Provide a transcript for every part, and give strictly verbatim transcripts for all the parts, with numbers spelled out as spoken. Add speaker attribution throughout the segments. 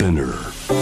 Speaker 1: Spinner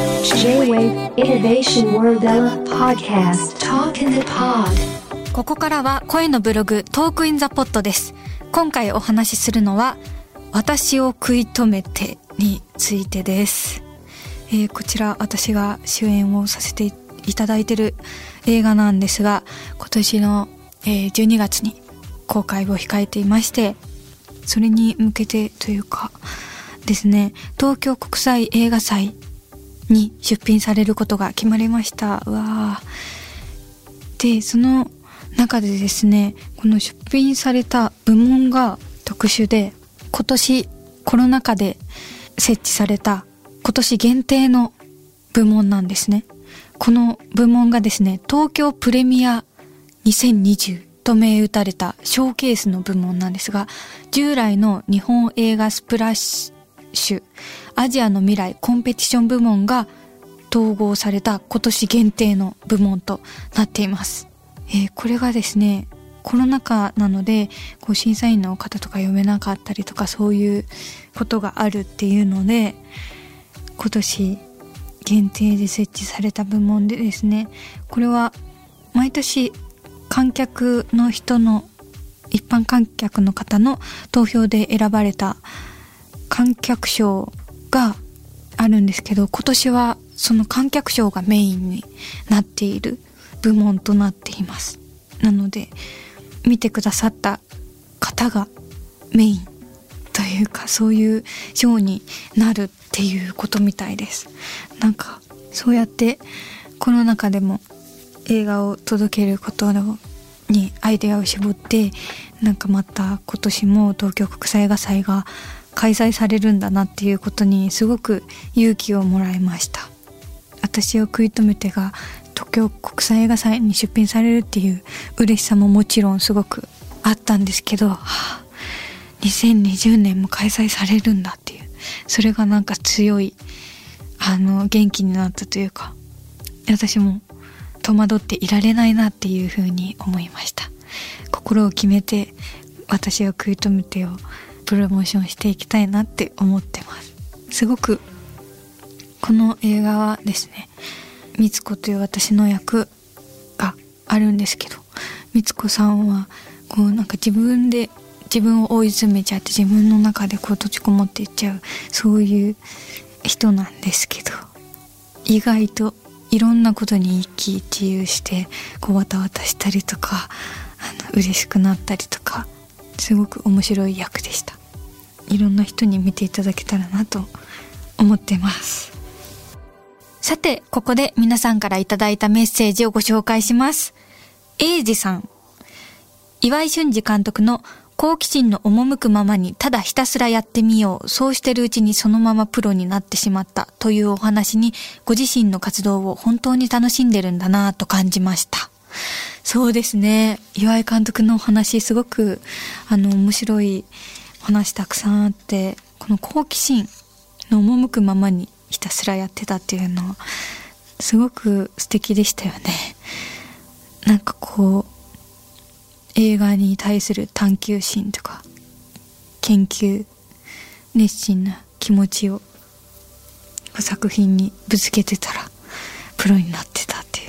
Speaker 2: J-Wave Innovation World Podcast Talk in the Pod。
Speaker 3: ここからは声のブログトークインザポッドです。今回お話しするのは私を食い止めてについてです。えー、こちら私が主演をさせていただいている映画なんですが、今年の、えー、じゅうにがつに公開を控えていまして、それに向けてというかですね、東京国際映画祭に出品されることが決まりました。うわー。で、その中でですね、この出品された部門が特殊で、今年コロナ禍で設置された今年限定の部門なんですね。この部門がですね、東京プレミアにせんにじゅうと銘打たれたショーケースの部門なんですが、従来の日本映画スプラッシュアジアの未来コンペティション部門が統合された今年限定の部門となっています。えー、これがですね、コロナ禍なのでこう審査員の方とか読めなかったりとか、そういうことがあるっていうので、今年限定で設置された部門でですね、これは毎年観客の人の一般観客の方の投票で選ばれた観客賞があるんですけど、今年はその観客賞がメインになっている部門となっています。なので見てくださった方がメインというか、そういう賞になるっていうことみたいです。なんかそうやってコロナ禍でも映画を届けることにアイデアを絞って、なんかまた今年も東京国際映画祭が開催されるんだなっていうことにすごく勇気をもらいました。私を食い止めてが東京国際映画祭に出品されるっていう嬉しさももちろんすごくあったんですけど、はあ、にせんにじゅうねんも開催されるんだっていう、それがなんか強いあの元気になったというか、私も戸惑っていられないなっていう風に思いました。心を決めて私を食い止めてをプロモーションしていきたいなって思ってます。すごくこの映画はですね、みつこという私の役があるんですけど、みつこさんはこうなんか自分で自分を追い詰めちゃって、自分の中でこう閉じこもっていっちゃう、そういう人なんですけど、意外といろんなことに一喜一憂してこうわたわたしたりとか、あの嬉しくなったりとか、すごく面白い役でした。いろんな人に見ていただけたらなと思ってます。さて、ここで皆さんからいただいたメッセージをご紹介します。エイジさん、岩井俊二監督の好奇心の赴くままにただひたすらやってみよう、そうしてるうちにそのままプロになってしまったというお話に、ご自身の活動を本当に楽しんでるんだなぁと感じました。そうですね、岩井監督のお話すごくあの面白いお話たくさんあって、この好奇心の赴くままにひたすらやってたっていうのはすごく素敵でしたよね。なんかこう映画に対する探求心とか研究熱心な気持ちを作品にぶつけてたらプロになってたっていう、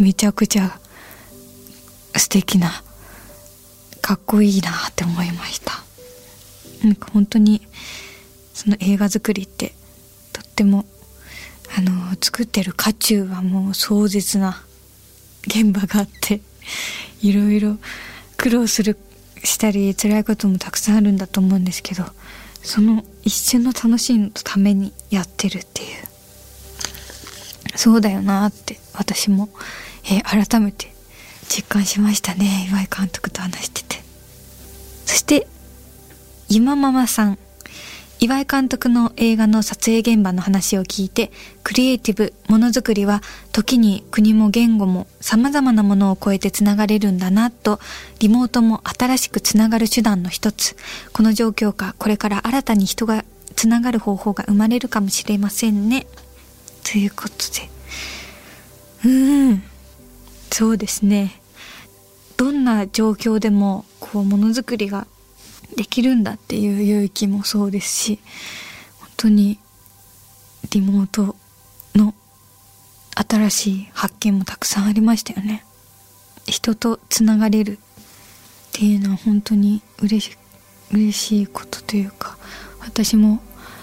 Speaker 3: めちゃくちゃ素敵な、かっこいいなって思いました。なんか本当にその映画作りってとってもあの作ってる渦中はもう壮絶な現場があって、いろいろ苦労するしたり辛いこともたくさんあるんだと思うんですけど、その一瞬の楽しみのためにやってるっていう、そうだよなって私も、えー、改めて実感しましたね、岩井監督と話してて。そして今ママさん、岩井監督の映画の撮影現場の話を聞いて、クリエイティブ、ものづくりは時に国も言語も様々なものを超えてつながれるんだなと、リモートも新しくつながる手段の一つ。この状況下、これから新たに人がつながる方法が生まれるかもしれませんね。ということで、うーん、そうですね。どんな状況でもこうものづくりができるんだっていう勇気もそうですし、本当にリモートの新しい発見もたくさんありましたよね。人とつながれるっていうのは本当に嬉し嬉しいことというか、私も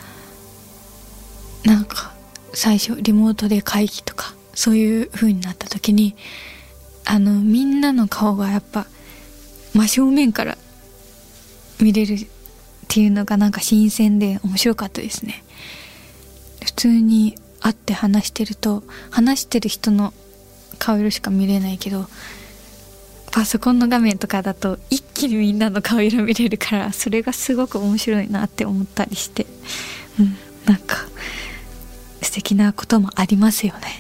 Speaker 3: なんか最初リモートで会議とかそういう風になった時に、あのみんなの顔がやっぱ真正面から見れるっていうのがなんか新鮮で面白かったですね。普通に会って話してると話してる人の顔色しか見れないけど、パソコンの画面とかだと一気にみんなの顔色見れるから、それがすごく面白いなって思ったりして、うん、なんか素敵なこともありますよね。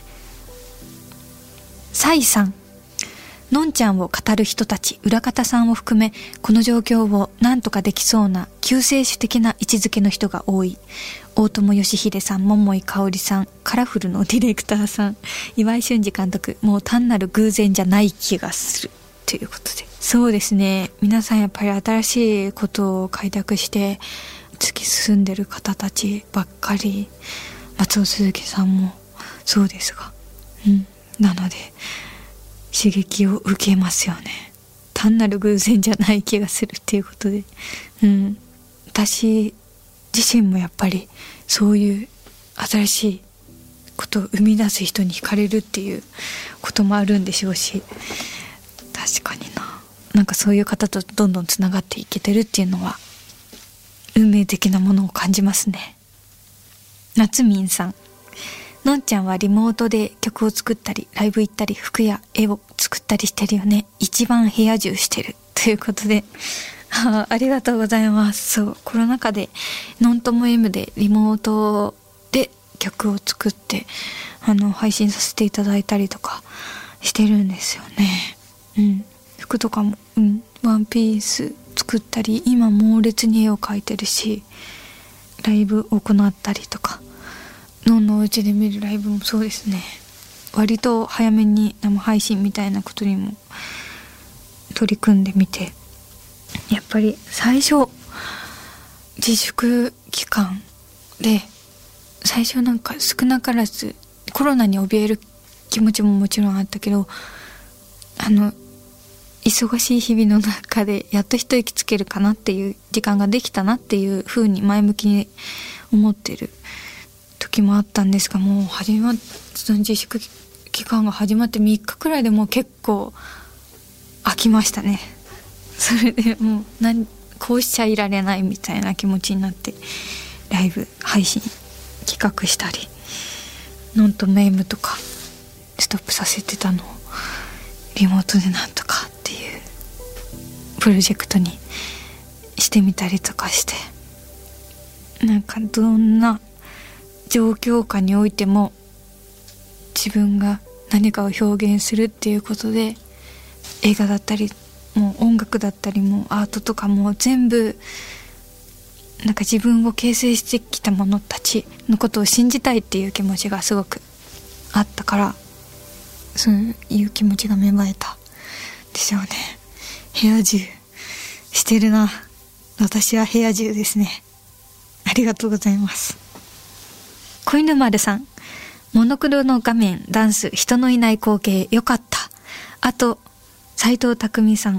Speaker 3: サイさん、のんちゃんを語る人たち、裏方さんを含め、この状況を何とかできそうな救世主的な位置づけの人が多い。大友義秀さん、桃井かおりさん、カラフルのディレクターさん、岩井俊二監督、もう単なる偶然じゃない気がするということで、そうですね、皆さんやっぱり新しいことを開拓して突き進んでる方たちばっかり。松尾鈴木さんもそうですが、うん、なので刺激を受けますよね。単なる偶然じゃない気がするっていうことで、うん、私自身もやっぱりそういう新しいことを生み出す人に惹かれるっていうこともあるんでしょうし、確かにな、なんかそういう方とどんどんつながっていけてるっていうのは運命的なものを感じますね。夏みんさん、のんちゃんはリモートで曲を作ったりライブ行ったり服や絵を作ったりしてるよね。一番部屋中してるということで、あ, ありがとうございます。そう、コロナ禍でノントモ M でリモートで曲を作ってあの配信させていただいたりとかしてるんですよね。うん、服とかも、うん、ワンピース作ったり、今猛烈に絵を描いてるし、ライブ行ったりとか、のんのお家で見るライブもそうですね。割と早めに生配信みたいなことにも取り組んでみて、やっぱり最初自粛期間で最初なんか少なからずコロナに怯える気持ちももちろんあったけど、あの忙しい日々の中でやっと一息つけるかなっていう時間ができたなっていう風に前向きに思ってる時もあったんですが、もう始まっ自粛期間が始まってみっかくらいでもう結構飽きましたね。それでもう何こうしちゃいられないみたいな気持ちになって、ライブ配信企画したり、ノントメイムとかストップさせてたのをリモートでなんとかっていうプロジェクトにしてみたりとかして、なんかどんな状況下においても自分が何かを表現するっていうことで、映画だったりもう音楽だったりもアートとかも全部なんか自分を形成してきた者たちのことを信じたいっていう気持ちがすごくあったから、そういう気持ちが芽生えたでしょうね。部屋中してるな。私は部屋中ですね。ありがとうございます。小犬丸さん、モノクロの画面、ダンス、人のいない光景、よかった。あと斉藤匠さん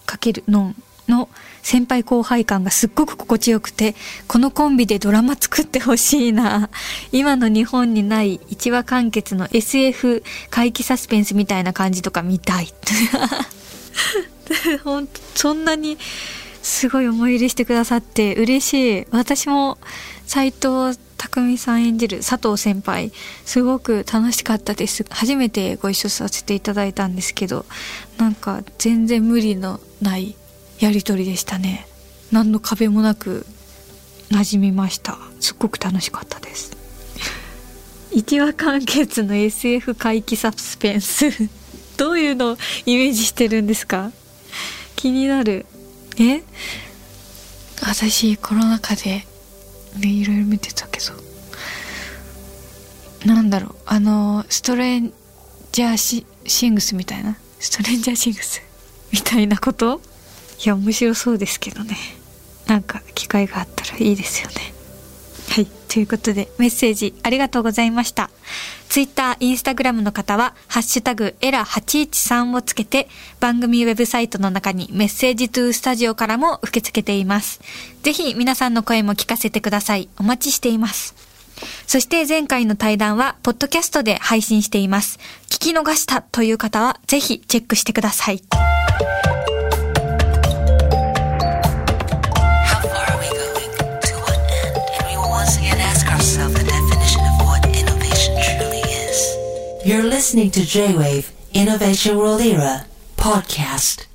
Speaker 3: ×ノンの先輩後輩感がすっごく心地よくて、このコンビでドラマ作ってほしいな。今の日本にない一話完結の エスエフ 怪奇サスペンスみたいな感じとか見たい。ほんとそんなにすごい思い入れしてくださって嬉しい。私も斉藤匠さん演じる佐藤先輩すごく楽しかったです。初めてご一緒させていただいたんですけど、なんか全然無理のないやり取りでしたね。何の壁もなく馴染みました。すっごく楽しかったです。一話完結の エスエフ 怪奇サスペンスどういうのをイメージしてるんですか？気になる。え私コロナ禍でね、いろいろ見てたけど、なんだろう、あのストレンジャーシ、シングスみたいなストレンジャーシングスみたいなこと。いや面白そうですけどね。なんか機会があったらいいですよね。 はい、ということでメッセージありがとうございました。ツイッター、インスタグラムの方はハッシュタグエラはちいちさんをつけて番組ウェブサイトの中にメッセージトゥースタジオからも受け付けています。ぜひ皆さんの声も聞かせてください。お待ちしています。そして前回の対談はポッドキャストで配信しています。聞き逃したという方はぜひチェックしてください。
Speaker 1: You're listening to J-Wave Innovation World Era podcast.